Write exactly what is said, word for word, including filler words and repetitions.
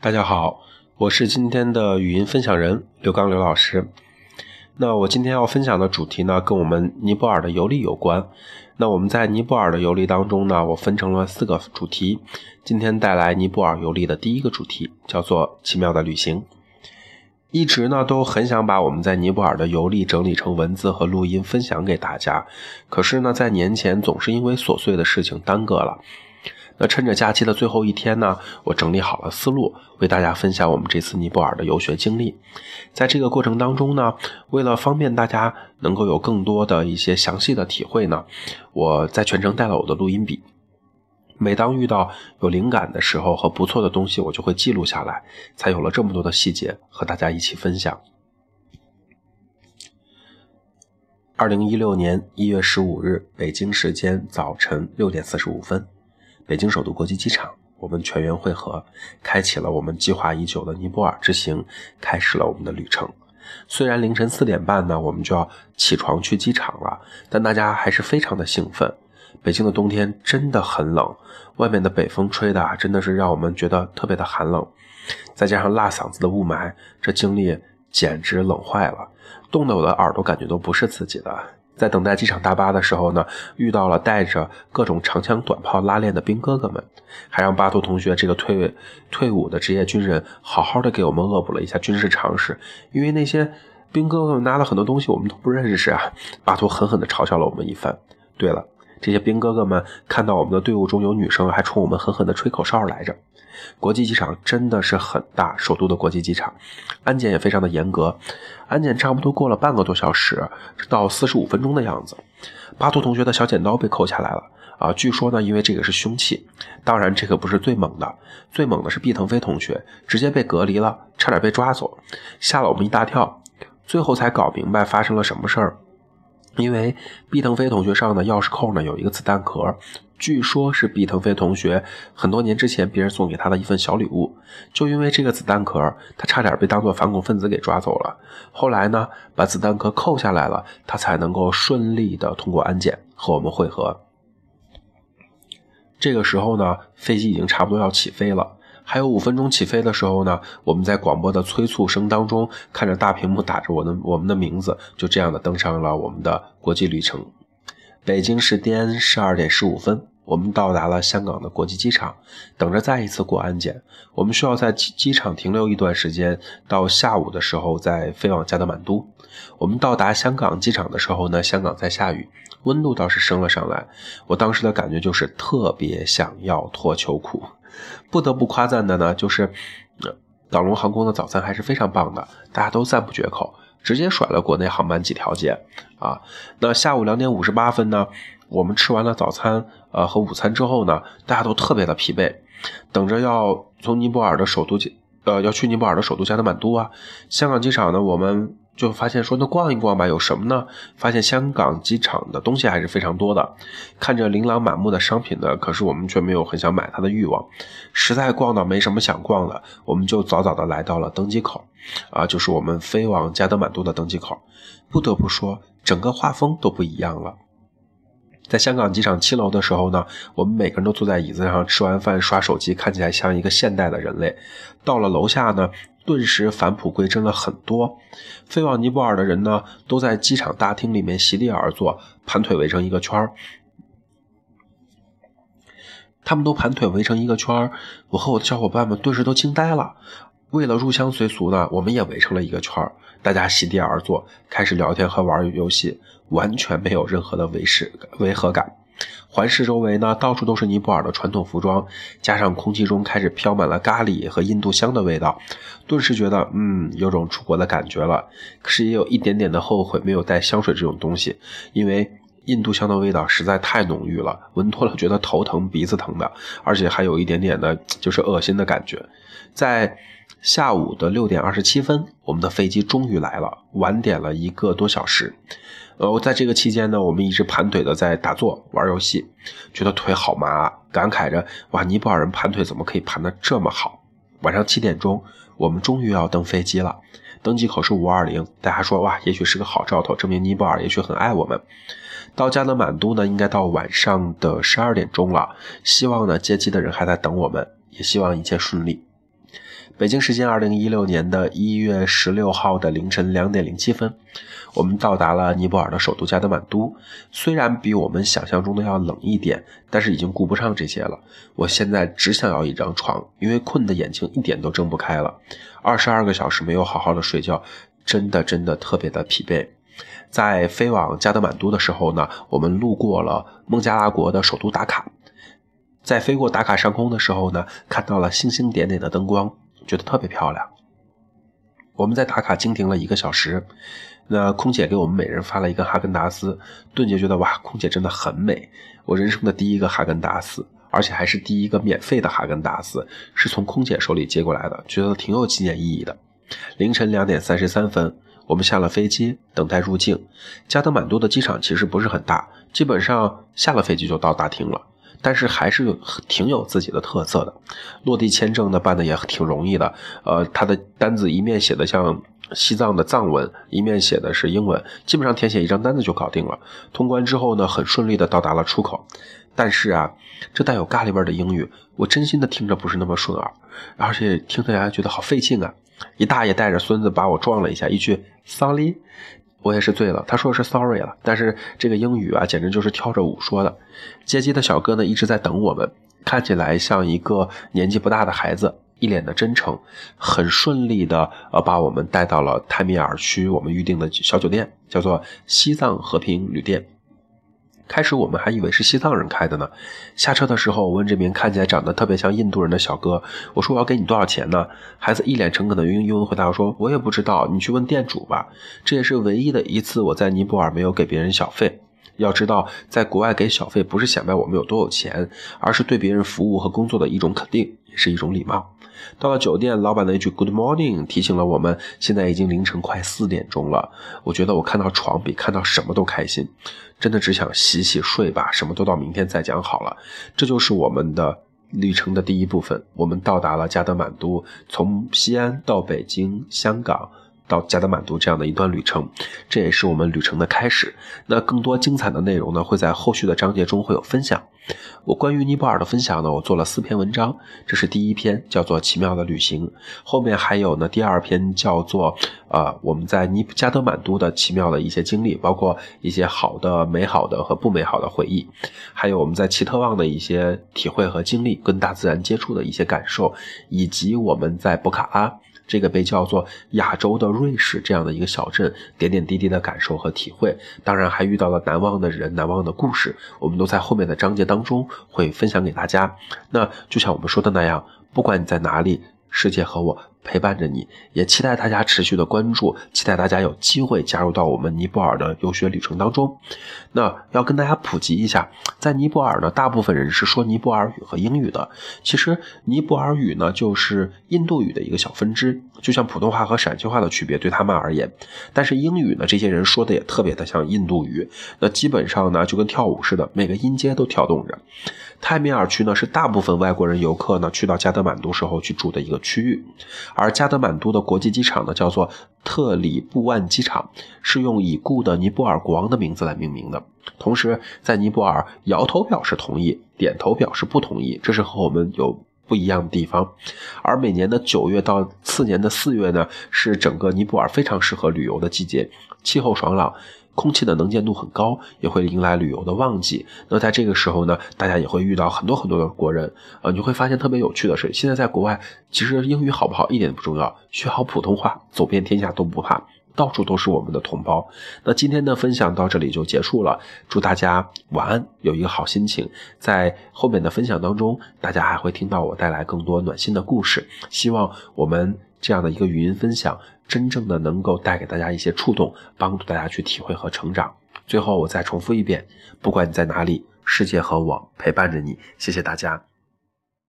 大家好，我是今天的语音分享人刘刚刘老师。那我今天要分享的主题呢，跟我们尼泊尔的游历有关。那我们在尼泊尔的游历当中呢，我分成了四个主题。今天带来尼泊尔游历的第一个主题，叫做奇妙的旅行。一直呢都很想把我们在尼泊尔的游历整理成文字和录音分享给大家，可是呢在年前总是因为琐碎的事情耽搁了。那趁着假期的最后一天呢，我整理好了思路，为大家分享我们这次尼泊尔的游学经历。在这个过程当中呢，为了方便大家能够有更多的一些详细的体会呢，我在全程带了我的录音笔。每当遇到有灵感的时候和不错的东西，我就会记录下来，才有了这么多的细节和大家一起分享。二零一六年一月十五日，北京时间早晨六点四十五分，北京首都国际机场，我们全员会合，开启了我们计划已久的尼泊尔之行，开始了我们的旅程。虽然凌晨四点半呢，我们就要起床去机场了，但大家还是非常的兴奋。北京的冬天真的很冷，外面的北风吹的真的是让我们觉得特别的寒冷，再加上辣嗓子的雾霾，这经历简直冷坏了，冻得我的耳朵感觉都不是自己的。在等待机场大巴的时候呢，遇到了带着各种长枪短炮拉练的兵哥哥们，还让巴图同学这个退退伍的职业军人好好的给我们恶补了一下军事常识，因为那些兵哥哥们拿了很多东西我们都不认识啊，巴图狠狠的嘲笑了我们一番。对了，这些兵哥哥们看到我们的队伍中有女生，还冲我们狠狠的吹口哨来着。国际机场真的是很大，首都的国际机场，安检也非常的严格，安检差不多过了半个多小时，到四十五分钟的样子。巴图同学的小剪刀被扣下来了啊！据说呢，因为这个是凶器。当然，这个不是最猛的，最猛的是毕腾飞同学，直接被隔离了，差点被抓走，吓了我们一大跳。最后才搞明白发生了什么事儿。因为毕腾飞同学上的钥匙扣呢有一个子弹壳，据说是毕腾飞同学很多年之前别人送给他的一份小礼物，就因为这个子弹壳，他差点被当作反恐分子给抓走了。后来呢，把子弹壳扣下来了，他才能够顺利的通过安检和我们会合。这个时候呢，飞机已经差不多要起飞了。还有五分钟起飞的时候呢，我们在广播的催促声当中，看着大屏幕打着我的我们的名字，就这样的登上了我们的国际旅程。北京时间十二点十五分，我们到达了香港的国际机场，等着再一次过安检。我们需要在机场停留一段时间，到下午的时候再飞往加德满都。我们到达香港机场的时候呢，香港在下雨，温度倒是升了上来。我当时的感觉就是特别想要脱秋裤。不得不夸赞的呢，就是呃，港龙航空的早餐还是非常棒的，大家都赞不绝口，直接甩了国内航班几条街啊。那下午两点五十八分呢，我们吃完了早餐呃和午餐之后呢，大家都特别的疲惫，等着要从尼泊尔的首都呃要去尼泊尔的首都加德满都啊。香港机场呢，我们就发现说那逛一逛吧，有什么呢？发现香港机场的东西还是非常多的，看着琳琅满目的商品呢，可是我们却没有很想买它的欲望，实在逛到没什么想逛的，我们就早早的来到了登机口啊，就是我们飞往加德满都的登机口。不得不说，整个画风都不一样了。在香港机场七楼的时候呢，我们每个人都坐在椅子上，吃完饭刷手机，看起来像一个现代的人类。到了楼下呢，顿时返璞归真了很多。飞往尼泊尔的人呢，都在机场大厅里面席地而坐，盘腿围成一个圈儿。他们都盘腿围成一个圈儿，我和我的小伙伴们顿时都惊呆了。为了入乡随俗呢，我们也围成了一个圈儿，大家席地而坐，开始聊天和玩游戏，完全没有任何的违视违和感。环视周围呢，到处都是尼泊尔的传统服装，加上空气中开始飘满了咖喱和印度香的味道，顿时觉得嗯，有种出国的感觉了。可是也有一点点的后悔没有带香水这种东西，因为印度香的味道实在太浓郁了，闻多了觉得头疼鼻子疼的，而且还有一点点的就是恶心的感觉。在下午的六点二十七分，我们的飞机终于来了，晚点了一个多小时。呃，在这个期间呢，我们一直盘腿的在打坐玩游戏，觉得腿好麻，感慨着哇，尼泊尔人盘腿怎么可以盘得这么好。晚上七点钟，我们终于要登飞机了，登机口是五二零，大家说哇，也许是个好兆头，证明尼泊尔也许很爱我们。到加德满都呢，应该到晚上的十二点钟了，希望呢接机的人还在等我们，也希望一切顺利。 北京时间二零一六年的一月十六号的凌晨两点零七分，我们到达了尼泊尔的首都加德满都。虽然比我们想象中的要冷一点，但是已经顾不上这些了。我现在只想要一张床，因为困得眼睛一点都睁不开了。二十二个小时没有好好的睡觉，真的真的特别的疲惫。在飞往加德满都的时候呢，我们路过了孟加拉国的首都达卡。在飞过达卡上空的时候呢，看到了星星点点的灯光，觉得特别漂亮。我们在达卡经停了一个小时，那空姐给我们每人发了一个哈根达斯，顿觉觉得哇，空姐真的很美。我人生的第一个哈根达斯，而且还是第一个免费的哈根达斯，是从空姐手里接过来的，觉得挺有纪念意义的。凌晨两点三十三分，我们下了飞机，等待入境。加德满都的机场其实不是很大，基本上下了飞机就到大厅了。但是还是挺有自己的特色的，落地签证呢办的也挺容易的，呃，它的单子一面写的像西藏的藏文，一面写的是英文，基本上填写一张单子就搞定了。通关之后呢，很顺利的到达了出口。但是啊，这带有咖喱味的英语，我真心的听着不是那么顺耳，而且听起来觉得好费劲啊。一大爷带着孙子把我撞了一下，一句 sorry。我也是醉了，他说是 sorry 了，但是这个英语啊简直就是跳着舞说的。接机的小哥呢一直在等我们，看起来像一个年纪不大的孩子，一脸的真诚，很顺利的呃把我们带到了泰米尔区我们预定的小酒店，叫做西藏和平旅店。开始我们还以为是西藏人开的呢。下车的时候，我问这名看起来长得特别像印度人的小哥，我说我要给你多少钱呢？孩子一脸诚恳的用英文回答说，我也不知道，你去问店主吧。这也是唯一的一次我在尼泊尔没有给别人小费。要知道，在国外给小费不是显摆我们有多有钱，而是对别人服务和工作的一种肯定，也是一种礼貌。到了酒店，老板的一句 Good morning 提醒了我们，现在已经凌晨快四点钟了。我觉得我看到床比看到什么都开心，真的只想洗洗睡吧，什么都到明天再讲好了。这就是我们的旅程的第一部分，我们到达了加德满都，从西安到北京、香港到加德满都这样的一段旅程，这也是我们旅程的开始。那更多精彩的内容呢，会在后续的章节中会有分享。我关于尼泊尔的分享呢，我做了四篇文章，这是第一篇，叫做奇妙的旅行。后面还有呢，第二篇叫做呃，我们在尼加德满都的奇妙的一些经历，包括一些好的、美好的和不美好的回忆，还有我们在奇特旺的一些体会和经历，跟大自然接触的一些感受，以及我们在博卡拉这个被叫做亚洲的瑞士这样的一个小镇点点滴滴的感受和体会，当然还遇到了难忘的人、难忘的故事，我们都在后面的章节当中会分享给大家。那就像我们说的那样，不管你在哪里，世界和我陪伴着你，也期待大家持续的关注，期待大家有机会加入到我们尼泊尔的游学旅程当中。那要跟大家普及一下，在尼泊尔呢，大部分人是说尼泊尔语和英语的。其实尼泊尔语呢，就是印度语的一个小分支，就像普通话和陕西话的区别对他们而言。但是英语呢，这些人说的也特别的像印度语，那基本上呢就跟跳舞似的，每个音阶都跳动着。泰米尔区呢是大部分外国人游客呢去到加德满都时候去住的一个区域，而加德满都的国际机场呢叫做特里布万机场，是用已故的尼泊尔国王的名字来命名的。同时在尼泊尔摇头表示同意，点头表示不同意，这是和我们有不一样的地方。而每年的九月到次年的四月呢，是整个尼泊尔非常适合旅游的季节，气候爽朗，空气的能见度很高，也会迎来旅游的旺季。那在这个时候呢，大家也会遇到很多很多的国人，呃，你会发现特别有趣的是，现在在国外，其实英语好不好一点不重要，学好普通话，走遍天下都不怕，到处都是我们的同胞。那今天的分享到这里就结束了，祝大家晚安，有一个好心情。在后面的分享当中，大家还会听到我带来更多暖心的故事，希望我们这样的一个语音分享真正的能够带给大家一些触动，帮助大家去体会和成长。最后我再重复一遍，不管你在哪里，世界和我陪伴着你。谢谢大家。